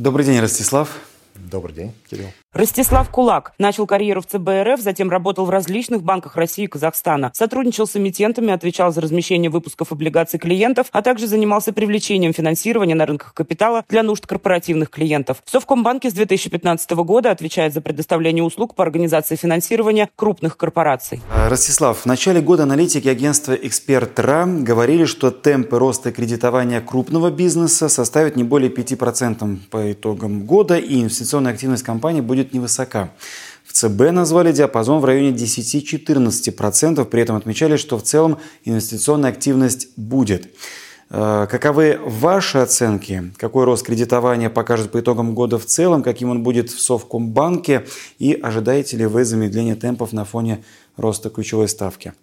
Добрый день, Ростислав. Добрый день, Кирилл. Ростислав Кулак начал карьеру в ЦБ РФ, затем работал в различных банках России и Казахстана. Сотрудничал с эмитентами, отвечал за размещение выпусков облигаций клиентов, а также занимался привлечением финансирования на рынках капитала для нужд корпоративных клиентов. В Совкомбанке с 2015 года отвечает за предоставление услуг по организации финансирования крупных корпораций. Ростислав, в начале года аналитики агентства «Эксперт.РА» говорили, что темпы роста кредитования крупного бизнеса составят не более 5% по итогам года, и инвестиционная активность компании будет невысока. В ЦБ назвали диапазон в районе 10-14%, при этом отмечали, что в целом инвестиционная активность будет. Каковы ваши оценки? Какой рост кредитования покажет по итогам года в целом? Каким он будет в Совкомбанке? И ожидаете ли вы замедления темпов на фоне роста ключевой ставки?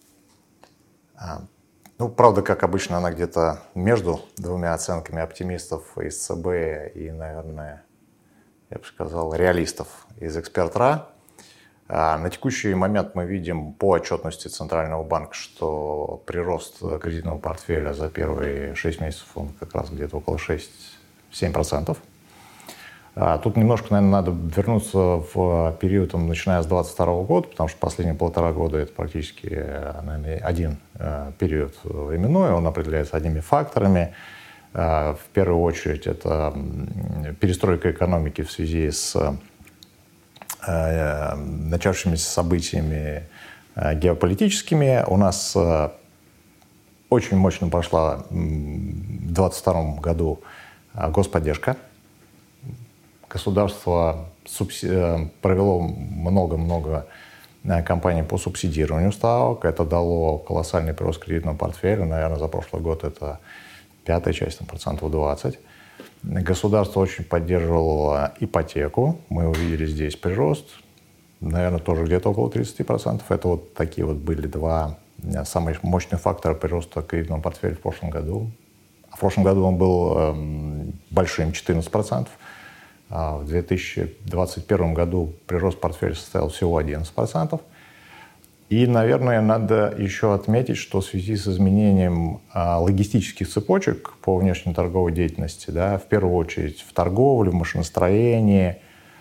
Правда, как обычно, она где-то между двумя оценками оптимистов из ЦБ и, наверное, я бы сказал, реалистов из «Эксперт.РА». На текущий момент мы видим по отчетности Центрального банка, что прирост кредитного портфеля за первые 6 месяцев он как раз где-то около 6-7%. Тут немножко, наверное, надо вернуться в период, начиная с 2022 года, потому что последние 1,5 года это практически, наверное, один период временной, он определяется одними факторами. В первую очередь это перестройка экономики в связи с начавшимися событиями геополитическими. У нас очень мощно прошла в 2022 году господдержка. Государство провело много-много кампаний по субсидированию ставок. Это дало колоссальный прирост кредитного портфеля. Наверное, за прошлый год это пятая часть, процентов 20. Государство очень поддерживало ипотеку. Мы увидели здесь прирост, наверное, тоже где-то около 30%. Это вот такие вот были два самых мощных фактора прироста кредитного портфеля в прошлом году. В прошлом году он был большим, 14%. В 2021 году прирост портфеля составил всего 11%. И, наверное, надо еще отметить, что в связи с изменением логистических цепочек по внешнеторговой деятельности, в первую очередь в торговле, в машиностроении,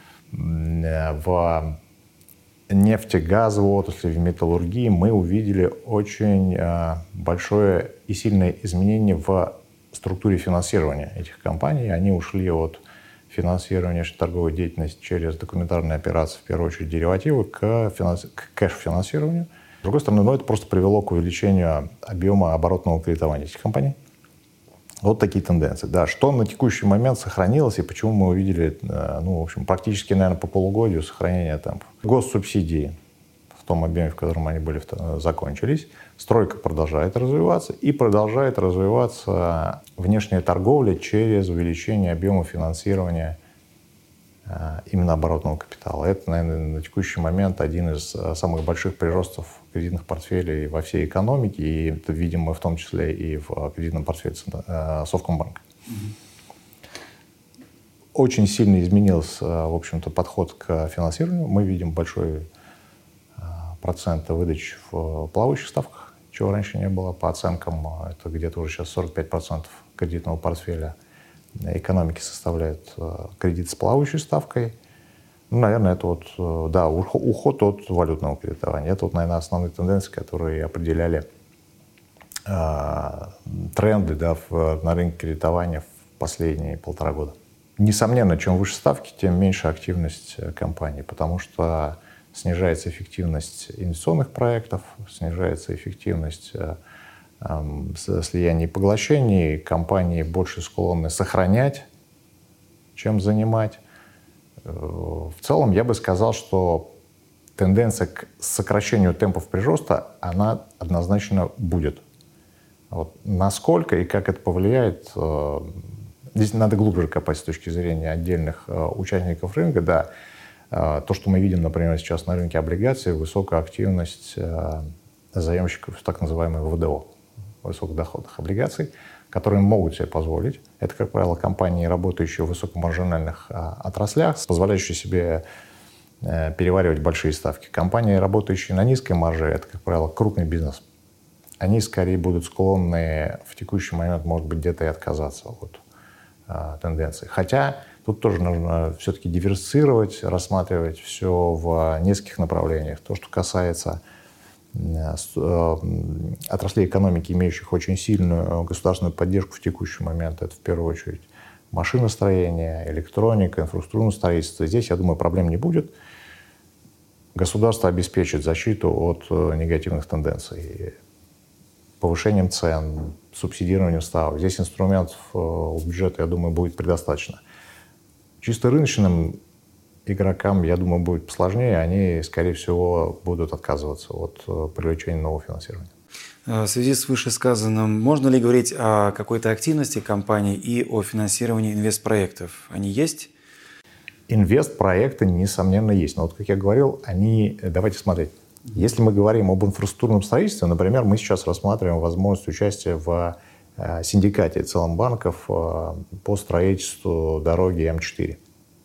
в нефтегазовой отрасли, в металлургии, мы увидели очень большое и сильное изменение в структуре финансирования этих компаний. Они ушли от финансирования торговой деятельности через документарные операции, в первую очередь деривативы, к кэш-финансированию. С другой стороны, это просто привело к увеличению объема оборотного кредитования этих компаний. Вот такие тенденции. Что на текущий момент сохранилось и почему мы увидели, практически, наверное, по полугодию сохранение темпов. Госсубсидии в том объеме, в котором они были, закончились. Стройка продолжает развиваться, и продолжает развиваться внешняя торговля через увеличение объема финансирования именно оборотного капитала. Это, наверное, на текущий момент один из самых больших приростов кредитных портфелей во всей экономике, и это видим мы в том числе и в кредитном портфеле Совкомбанка. Очень сильно изменился, в общем-то, подход к финансированию. Мы видим большой процент выдач в плавающих ставках, чего раньше не было. По оценкам, это где-то уже сейчас 45% кредитного портфеля экономики составляет кредит с плавающей ставкой. Наверное, это уход от валютного кредитования. Это, наверное, основные тенденции, которые определяли тренды на рынке кредитования в последние 1,5 года. Несомненно, чем выше ставки, тем меньше активность компаний, потому что снижается эффективность инвестиционных проектов, снижается эффективность слияний и поглощений. Компании больше склонны сохранять, чем занимать. В целом, я бы сказал, что тенденция к сокращению темпов прироста, она однозначно будет. Насколько и как это повлияет, здесь надо глубже копать с точки зрения отдельных участников рынка. То, что мы видим, например, сейчас на рынке облигаций, высокая активность заемщиков так называемых ВДО, высокодоходных облигаций, которые могут себе позволить. Это, как правило, компании, работающие в высокомаржинальных отраслях, позволяющие себе переваривать большие ставки. Компании, работающие на низкой марже, это, как правило, крупный бизнес. Они скорее будут склонны в текущий момент, может быть, где-то и отказаться от тенденций. Хотя Тут тоже нужно все-таки диверсифицировать, рассматривать все в нескольких направлениях. То, что касается отраслей экономики, имеющих очень сильную государственную поддержку в текущий момент, это в первую очередь машиностроение, электроника, инфраструктурное строительство. Здесь, я думаю, проблем не будет. Государство обеспечит защиту от негативных тенденций повышением цен, субсидированием ставок. Здесь инструментов у бюджета, я думаю, будет предостаточно. Чисто рыночным игрокам, я думаю, будет посложнее. Они, скорее всего, будут отказываться от привлечения нового финансирования. В связи с вышесказанным, можно ли говорить о какой-то активности компании и о финансировании инвестпроектов? Они есть? Инвестпроекты, несомненно, есть. Но вот, как я говорил, давайте смотреть. Если мы говорим об инфраструктурном строительстве, например, мы сейчас рассматриваем возможность участия в синдикате целом банков по строительству дороги М4.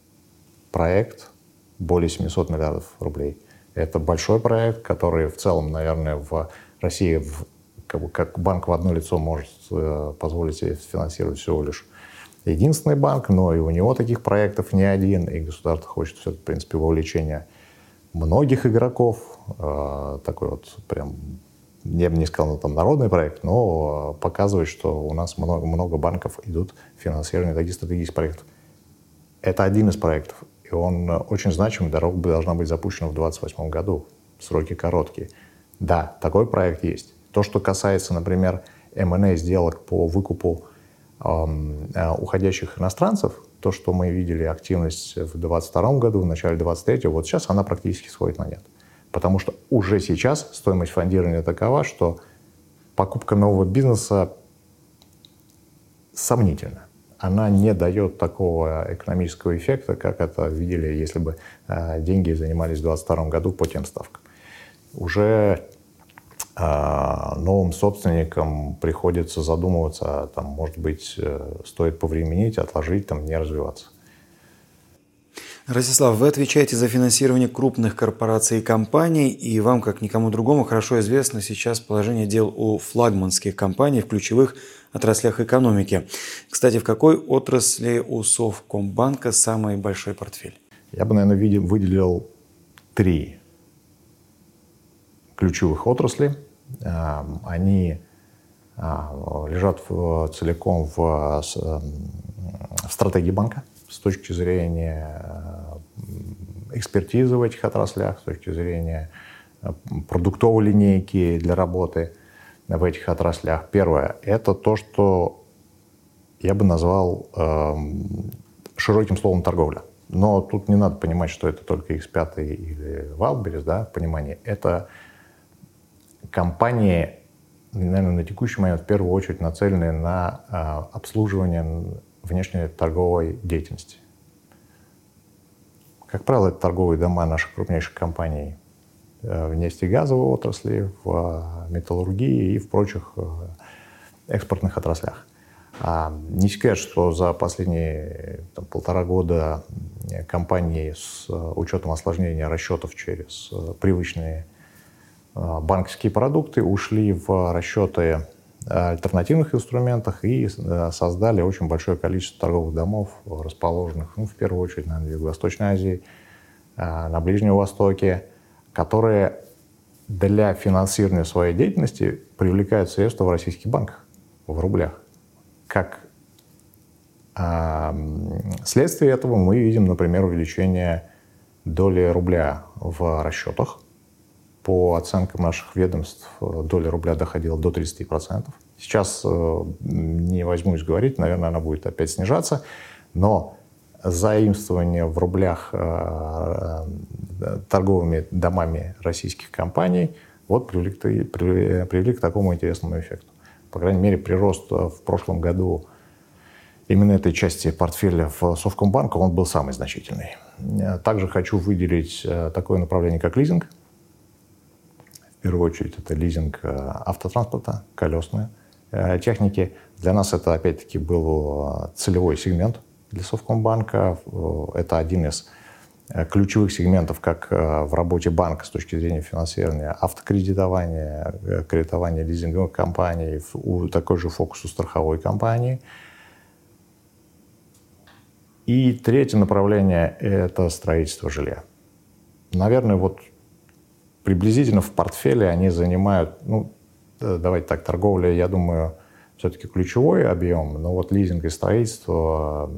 Проект более 700 миллиардов рублей. Это большой проект, который в целом, наверное, в России как банк в одно лицо может позволить себе финансировать всего лишь единственный банк, но и у него таких проектов не один, и государство хочет все, в принципе, вовлечения многих игроков. Такой вот прям, я бы не сказал, там народный проект, но показывает, что у нас много банков идут в финансирование таких стратегических проектов. Это один из проектов, и он очень значимый. Дорога должна быть запущена в 2028 году. Сроки короткие. Да, такой проект есть. То, что касается, например, M&A сделок по выкупу уходящих иностранцев, то, что мы видели активность в 2022 году, в начале 2023, вот сейчас она практически сходит на нет. Потому что уже сейчас стоимость фондирования такова, что покупка нового бизнеса сомнительна. Она не дает такого экономического эффекта, как это видели, если бы деньги занимались в 2022 году по тем ставкам. Уже новым собственникам приходится задумываться, там, может быть, стоит повременить, отложить, там, не развиваться. Ростислав, вы отвечаете за финансирование крупных корпораций и компаний, и вам, как никому другому, хорошо известно сейчас положение дел у флагманских компаний в ключевых отраслях экономики. Кстати, в какой отрасли у Совкомбанка самый большой портфель? Я бы, наверное, выделил 3 ключевых отрасли. Они лежат целиком в стратегии банка с точки зрения экспертизы в этих отраслях, с точки зрения продуктовой линейки для работы в этих отраслях. Первое – это то, что я бы назвал широким словом торговля. Но тут не надо понимать, что это только X5 или Wildberries, да, понимание. Это компании, наверное, на текущий момент в первую очередь нацелены на обслуживание внешней торговой деятельности. Как правило, это торговые дома наших крупнейших компаний в нефтегазовой отрасли, в металлургии и в прочих экспортных отраслях. Не секрет, что за последние 1,5 года компании с учетом осложнения расчетов через привычные банковские продукты ушли в расчеты альтернативных инструментах и создали очень большое количество торговых домов, расположенных, в первую очередь, на Юго-Восточной Азии, на Ближнем Востоке, которые для финансирования своей деятельности привлекают средства в российских банках, в рублях. Как следствие этого мы видим, например, увеличение доли рубля в расчетах. По оценкам наших ведомств, доля рубля доходила до 30%. Сейчас не возьмусь говорить, наверное, она будет опять снижаться, но заимствование в рублях торговыми домами российских компаний привели к такому интересному эффекту. По крайней мере, прирост в прошлом году именно этой части портфеля в Совкомбанке, он был самый значительный. Также хочу выделить такое направление, как лизинг. В первую очередь это лизинг автотранспорта, колесной техники. Для нас это, опять-таки, был целевой сегмент для Совкомбанка. Это один из ключевых сегментов как в работе банка с точки зрения финансирования автокредитования, кредитования лизинговых компаний, такой же фокус у страховой компании. И третье направление – это строительство жилья. Наверное, вот приблизительно в портфеле они занимают, давайте так, торговля, я думаю, все-таки ключевой объем, но вот лизинг и строительство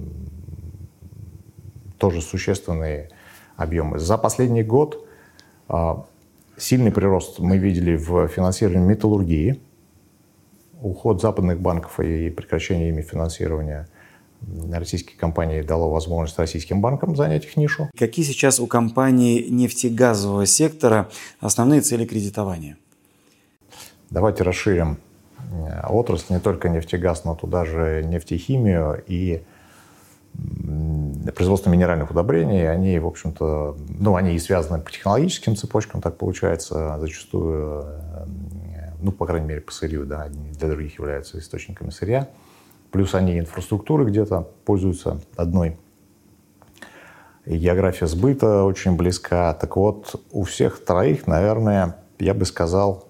тоже существенные объемы. За последний год сильный прирост мы видели в финансировании металлургии, уход западных банков и прекращение ими финансирования российских компаний дало возможность российским банкам занять их нишу. Какие сейчас у компаний нефтегазового сектора основные цели кредитования? Давайте расширим отрасль, не только нефтегаз, но туда же нефтехимию и производство минеральных удобрений. Они, в общем-то, они и связаны по технологическим цепочкам, так получается, зачастую, по крайней мере, по сырью, да, одни для других являются источниками сырья. Плюс они инфраструктуры где-то пользуются одной. И география сбыта очень близка. Так вот, у всех троих, наверное, я бы сказал,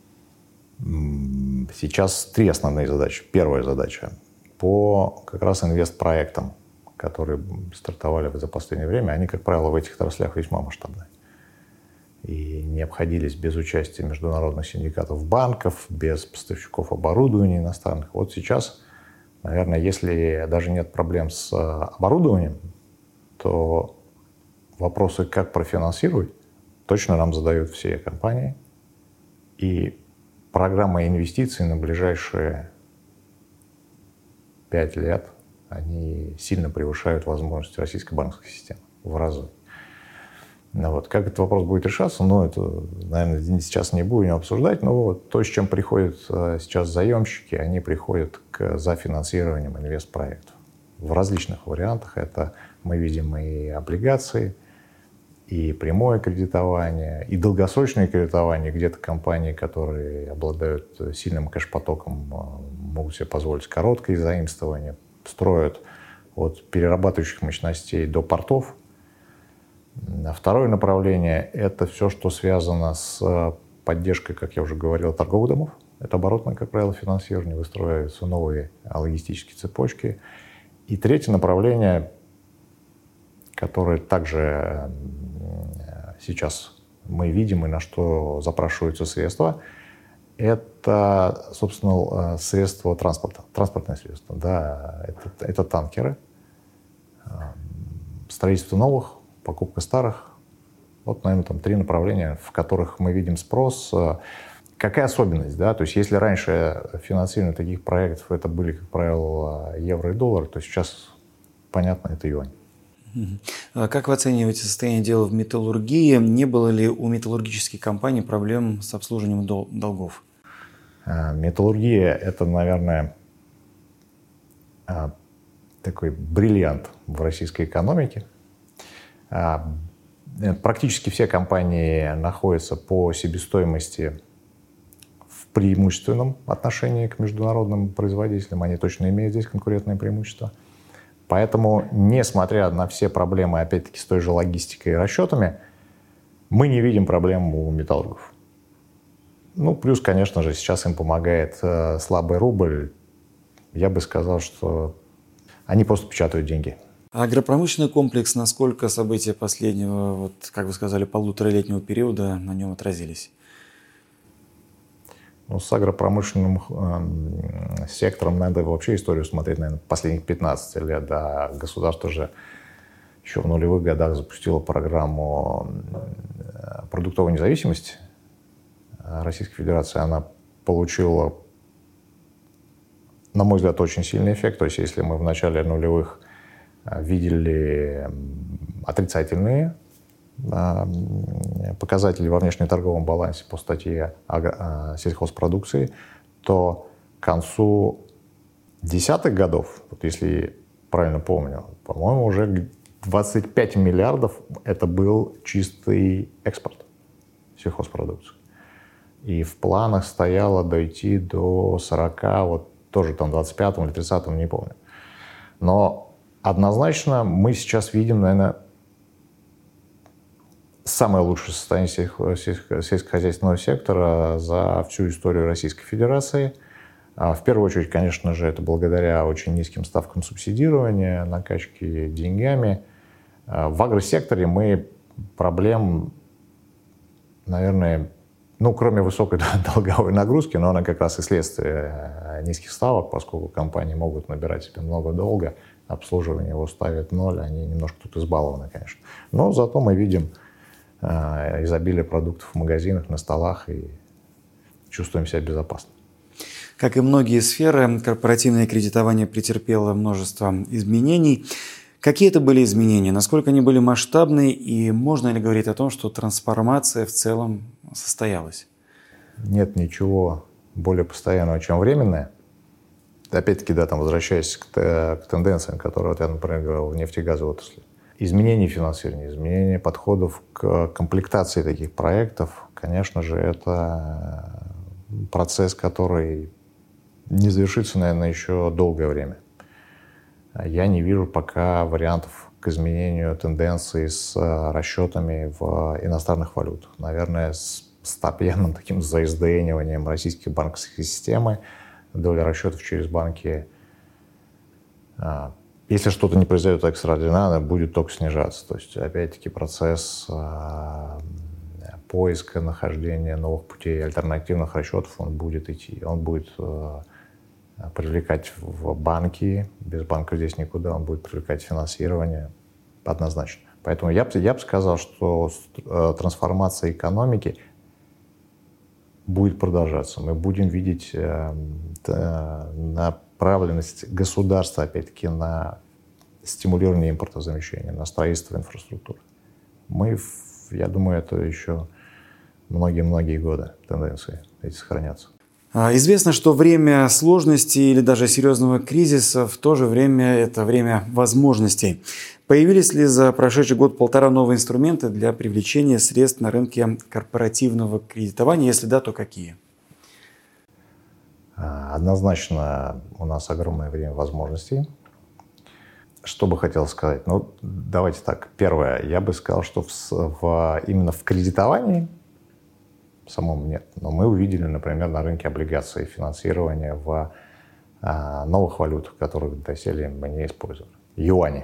сейчас три основные задачи. Первая задача по как раз инвестпроектам, которые стартовали за последнее время. Они, как правило, в этих отраслях весьма масштабные. И не обходились без участия международных синдикатов банков, без поставщиков оборудования иностранных. Вот сейчас, наверное, если даже нет проблем с оборудованием, то вопросы, как профинансировать, точно нам задают все компании. И программа инвестиций на ближайшие 5 лет, они сильно превышают возможности российской банковской системы в разы. Как этот вопрос будет решаться, это, наверное, сейчас не будем обсуждать, но то, с чем приходят сейчас заемщики, они приходят за финансированием инвестпроектов. В различных вариантах это мы видим и облигации, и прямое кредитование, и долгосрочное кредитование. Где-то компании, которые обладают сильным кэшпотоком, могут себе позволить короткое заимствование, строят от перерабатывающих мощностей до портов. Второе направление – это все, что связано с поддержкой, как я уже говорил, торговых домов. Это оборотное, как правило, финансирование, выстраиваются новые логистические цепочки. И третье направление, которое также сейчас мы видим и на что запрашиваются средства, это, собственно, средства транспорта, транспортные средства. Да, это танкеры, строительство новых, покупка старых. Наверное, там три направления, в которых мы видим спрос. Какая особенность, да? То есть, если раньше финансирование таких проектов это были, как правило, евро и доллар, то сейчас, понятно, это юань. Как вы оцениваете состояние дела в металлургии? Не было ли у металлургических компаний проблем с обслуживанием долгов? Металлургия – это, наверное, такой бриллиант в российской экономике. Практически все компании находятся по себестоимости в преимущественном отношении к международным производителям. Они точно имеют здесь конкурентное преимущество. Поэтому, несмотря на все проблемы, опять-таки, с той же логистикой и расчетами, мы не видим проблем у металлургов. Плюс, конечно же, сейчас им помогает слабый рубль. Я бы сказал, что они просто печатают деньги. Агропромышленный комплекс, насколько события последнего, как вы сказали, полуторалетнего периода на нем отразились? С агропромышленным сектором надо вообще историю смотреть, наверное, последних 15 лет. Да. Государство же еще в нулевых годах запустило программу продуктовой независимости Российской Федерации. Она получила, на мой взгляд, очень сильный эффект. То есть, если мы в начале нулевых видели отрицательные показатели во внешнеторговом балансе по статье сельхозпродукции, то к концу десятых годов, если правильно помню, по-моему, уже 25 миллиардов это был чистый экспорт сельхозпродукции. И в планах стояло дойти до 40, тоже там 25 или 30, не помню. Но однозначно мы сейчас видим, наверное, самое лучшее состояние сельскохозяйственного сектора за всю историю Российской Федерации. В первую очередь, конечно же, это благодаря очень низким ставкам субсидирования, накачки деньгами. В агросекторе мы проблем, наверное, кроме высокой долговой нагрузки, но она как раз и следствие низких ставок, поскольку компании могут набирать себе много долга, обслуживание его ставит ноль, они немножко тут избалованы, конечно. Но зато мы видим изобилие продуктов в магазинах, на столах и чувствуем себя безопасно. Как и многие сферы, корпоративное кредитование претерпело множество изменений. Какие это были изменения? Насколько они были масштабны? И можно ли говорить о том, что трансформация в целом состоялась? Нет ничего более постоянного, чем временное. Опять-таки, возвращаясь к тенденциям, которые я, например, говорил в нефтегазовой отрасли. Изменение финансирования, изменение подходов к комплектации таких проектов, конечно же, это процесс, который не завершится, наверное, еще долгое время. Я не вижу пока вариантов к изменению тенденций с расчетами в иностранных валютах. Наверное, с постоянным таким заиздениванием российской банковской системы, доля расчетов через банки, если что-то не произойдет экстраординарно, будет только снижаться. То есть, опять-таки, процесс поиска, нахождения новых путей, альтернативных расчетов, он будет идти. Он будет привлекать в банки, без банка здесь никуда, он будет привлекать финансирование однозначно. Поэтому я бы сказал, что трансформация экономики будет продолжаться. Мы будем видеть направленность государства, опять-таки, на стимулирование импортозамещения, на строительство инфраструктуры. Я думаю, это еще многие-многие годы тенденции эти сохранятся. Известно, что время сложностей или даже серьезного кризиса в то же время это время возможностей. Появились ли за прошедший год-полтора новые инструменты для привлечения средств на рынке корпоративного кредитования? Если да, то какие? Однозначно у нас огромное время возможностей. Что бы хотел сказать? Давайте так. Первое. Я бы сказал, что именно в кредитовании самом нет. Но мы увидели, например, на рынке облигаций финансирование в новых валютах, которых доселе мы не использовали. Юани.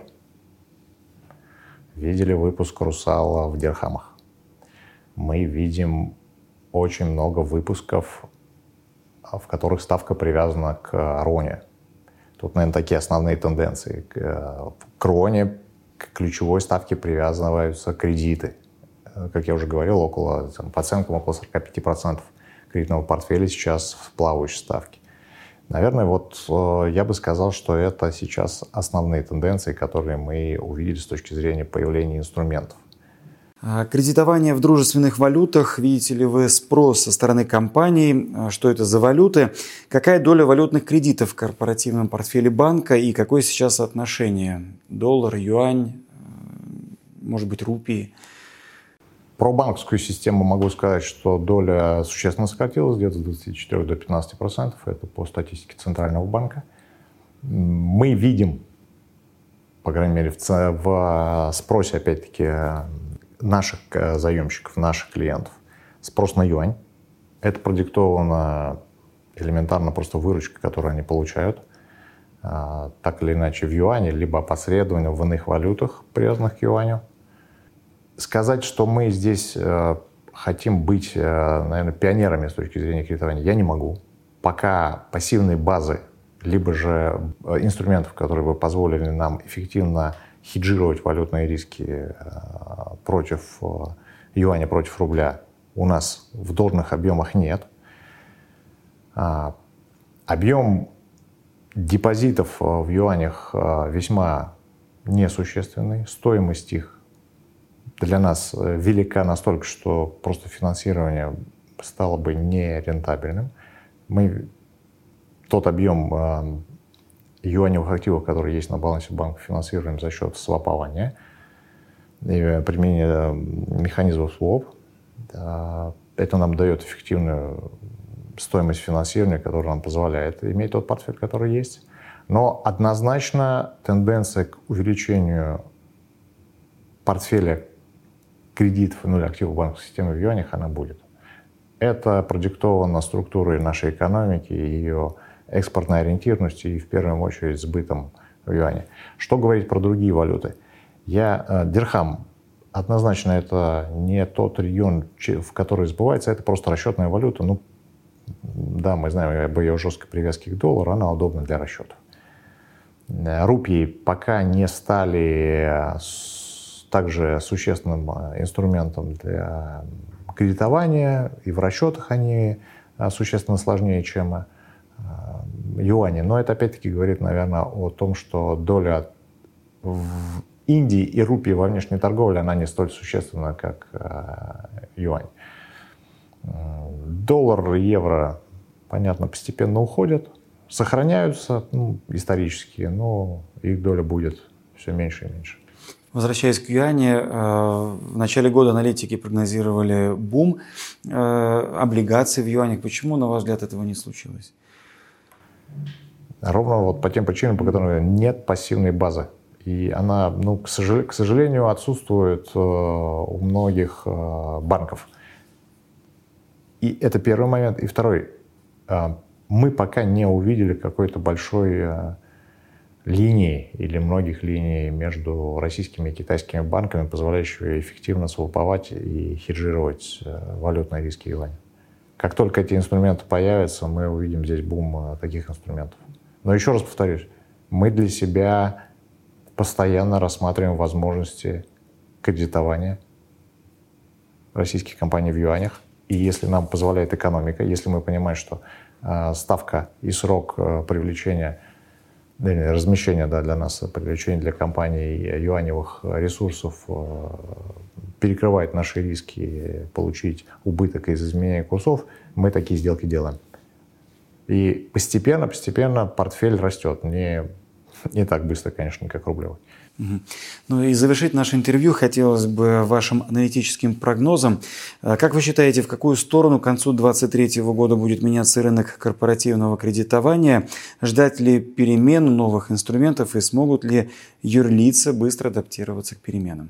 Видели выпуск «Русала» в дирхамах. Мы видим очень много выпусков, в которых ставка привязана к роне. Тут, наверное, такие основные тенденции. К роне, к ключевой ставке привязываются кредиты. Как я уже говорил, по оценкам около 45% кредитного портфеля сейчас в плавающей ставке. Наверное, я бы сказал, что это сейчас основные тенденции, которые мы увидели с точки зрения появления инструментов. Кредитование в дружественных валютах. Видите ли вы спрос со стороны компаний? Что это за валюты? Какая доля валютных кредитов в корпоративном портфеле банка и какое сейчас соотношение? Доллар, юань, может быть, рупии? Про банковскую систему могу сказать, что доля существенно сократилась, где-то с 24 до 15%. Это по статистике Центрального банка. Мы видим, по крайней мере, в спросе, опять-таки, наших заемщиков, наших клиентов, спрос на юань. Это продиктовано элементарно просто выручкой, которую они получают, так или иначе в юане, либо опосредованно в иных валютах, привязанных к юаню. Сказать, что мы здесь хотим быть, наверное, пионерами с точки зрения кредитования, я не могу. Пока пассивной базы, либо же инструментов, которые бы позволили нам эффективно хеджировать валютные риски против юаня, против рубля, у нас в должных объемах нет. Объем депозитов в юанях весьма несущественный, стоимость их для нас велика настолько, что просто финансирование стало бы нерентабельным. Мы тот объем юаневых активов, которые есть на балансе банка, финансируем за счет свапования и применения механизмов своп. Это нам дает эффективную стоимость финансирования, которая нам позволяет иметь тот портфель, который есть. Но однозначно тенденция к увеличению портфеля кредитов и активов банковской системы в юанях, она будет. Это продиктовано структурой нашей экономики и ее экспортной ориентированностью и в первую очередь сбытом в юане. Что говорить про другие валюты? Дирхам однозначно это не тот регион, в который сбывается, это просто расчетная валюта. Ну, да, мы знаем об ее жесткой привязке к доллару, она удобна для расчетов. Рупии пока не стали также существенным инструментом для кредитования, и в расчетах они существенно сложнее, чем юани. Но это опять-таки говорит, наверное, о том, что доля в Индии и рупии во внешней торговле, она не столь существенна, как юань. Доллар и евро, понятно, постепенно уходят, сохраняются исторически, но их доля будет все меньше и меньше. Возвращаясь к юане, в начале года аналитики прогнозировали бум облигаций в юанях. Почему, на ваш взгляд, этого не случилось? Ровно вот по тем причинам, по которым нет пассивной базы. И она, к сожалению, отсутствует у многих банков. И это первый момент. И второй. Мы пока не увидели какой-то большой линии или многих линий между российскими и китайскими банками, позволяющими эффективно своповать и хеджировать валютные риски юаня. Как только эти инструменты появятся, мы увидим здесь бум таких инструментов. Но еще раз повторюсь, мы для себя постоянно рассматриваем возможности кредитования российских компаний в юанях. И если нам позволяет экономика, если мы понимаем, что ставка и срок привлечения, размещения для нас, привлечения для компаний юаневых ресурсов перекрывает наши риски получить убыток из изменения курсов, мы такие сделки делаем. И постепенно портфель растет. Не так быстро, конечно, как рублевый. Ну и завершить наше интервью хотелось бы вашим аналитическим прогнозом. Как вы считаете, в какую сторону к концу 2023 года будет меняться рынок корпоративного кредитования? Ждать ли перемен новых инструментов и смогут ли юрлица быстро адаптироваться к переменам?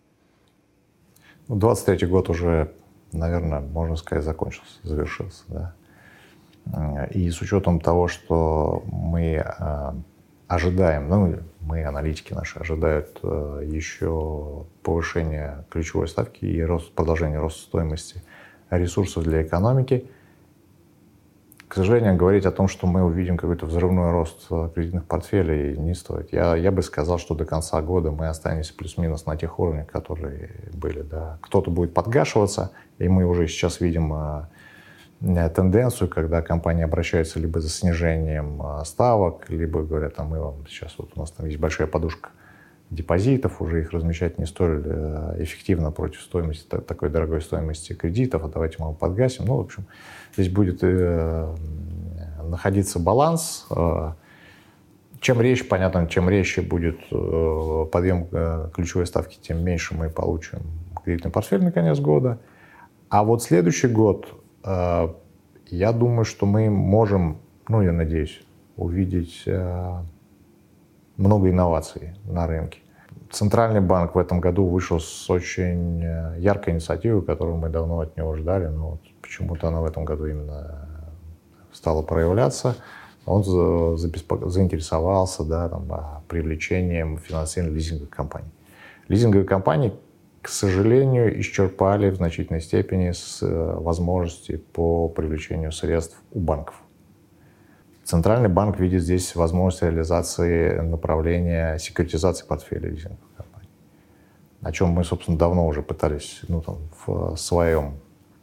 2023 год уже, наверное, можно сказать, завершился. Да? И с учетом того, что мы ожидаем, мы, аналитики наши, ожидают еще повышения ключевой ставки и продолжения роста стоимости ресурсов для экономики. К сожалению, говорить о том, что мы увидим какой-то взрывной рост кредитных портфелей, не стоит. Я бы сказал, что до конца года мы останемся плюс-минус на тех уровнях, которые были. Да. Кто-то будет подгашиваться, и мы уже сейчас видим тенденцию, когда компании обращаются либо за снижением ставок, либо говорят, мы вам сейчас у нас там есть большая подушка депозитов, уже их размещать не столь эффективно против стоимости, такой дорогой стоимости кредитов, давайте мы его подгасим. В общем, здесь будет находиться баланс. Чем резче будет подъем ключевой ставки, тем меньше мы получим кредитный портфель на конец года. А вот следующий год, я думаю, что мы можем, я надеюсь, увидеть много инноваций на рынке. Центральный банк в этом году вышел с очень яркой инициативой, которую мы давно от него ждали, но почему-то она в этом году именно стала проявляться. Он заинтересовался привлечением финансирования лизинговых компаний. Лизинговые компании, к сожалению, исчерпали в значительной степени возможности по привлечению средств у банков. Центральный банк видит здесь возможность реализации направления секьюритизации портфеля лизинговых компаний, о чем мы, собственно, давно уже пытались в своем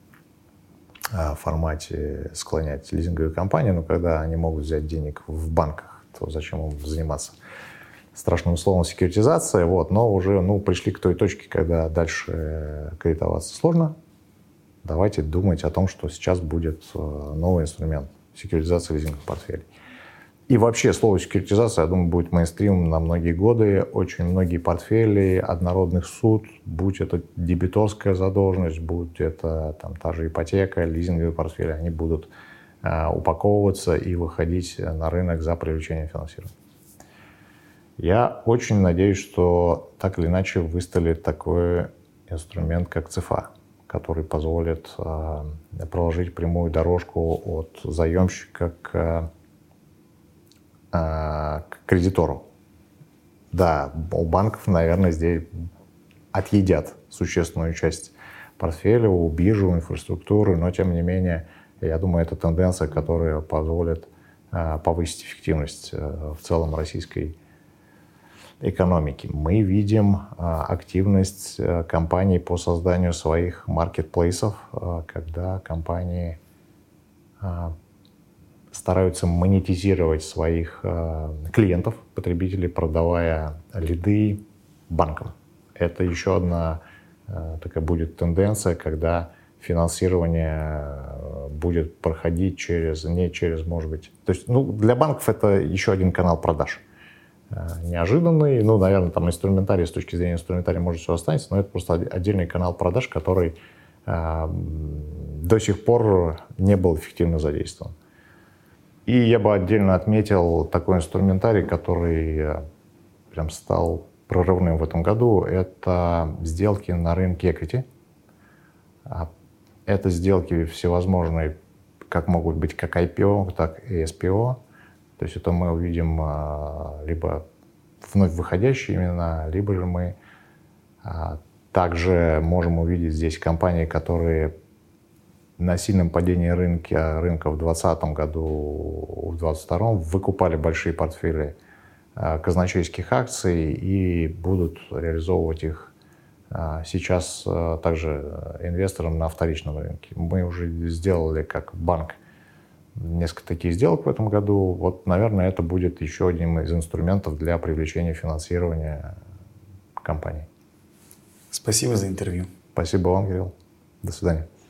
формате склонять лизинговые компании, но когда они могут взять денег в банках, то зачем им заниматься страшным словом секьюритизация, но уже пришли к той точке, когда дальше кредитоваться сложно. Давайте думать о том, что сейчас будет новый инструмент секьюритизации лизинговых портфелей. И вообще слово секьюритизация, я думаю, будет мейнстримом на многие годы. Очень многие портфели однородных суд, будь это дебиторская задолженность, будь это та же ипотека, лизинговые портфели, они будут упаковываться и выходить на рынок за привлечение финансирования. Я очень надеюсь, что так или иначе выстрелит такой инструмент, как ЦФА, который позволит проложить прямую дорожку от заемщика к к кредитору. Да, у банков, наверное, здесь отъедят существенную часть портфеля, у биржи, у инфраструктуры, но тем не менее, я думаю, это тенденция, которая позволит повысить эффективность в целом российской экономики. Мы видим активность компаний по созданию своих маркетплейсов, когда компании стараются монетизировать своих клиентов, потребителей, продавая лиды банкам. Это еще одна такая будет тенденция, когда финансирование будет проходить не через, может быть... То есть, для банков это еще один канал продаж. Неожиданный, наверное, там инструментарий, с точки зрения инструментария, может, все останется, но это просто отдельный канал продаж, который до сих пор не был эффективно задействован. И я бы отдельно отметил такой инструментарий, который прям стал прорывным в этом году. Это сделки на рынке equity. Это сделки всевозможные, как могут быть как IPO, так и SPO. То есть это мы увидим либо вновь выходящие имена, либо же мы также можем увидеть здесь компании, которые на сильном падении рынка в 2020 году, в 2022 выкупали большие портфели казначейских акций и будут реализовывать их сейчас также инвесторам на вторичном рынке. Мы уже сделали как банк несколько таких сделок в этом году. Вот, наверное, это будет еще одним из инструментов для привлечения финансирования компаний. Спасибо за интервью. Спасибо вам, Кирилл. До свидания.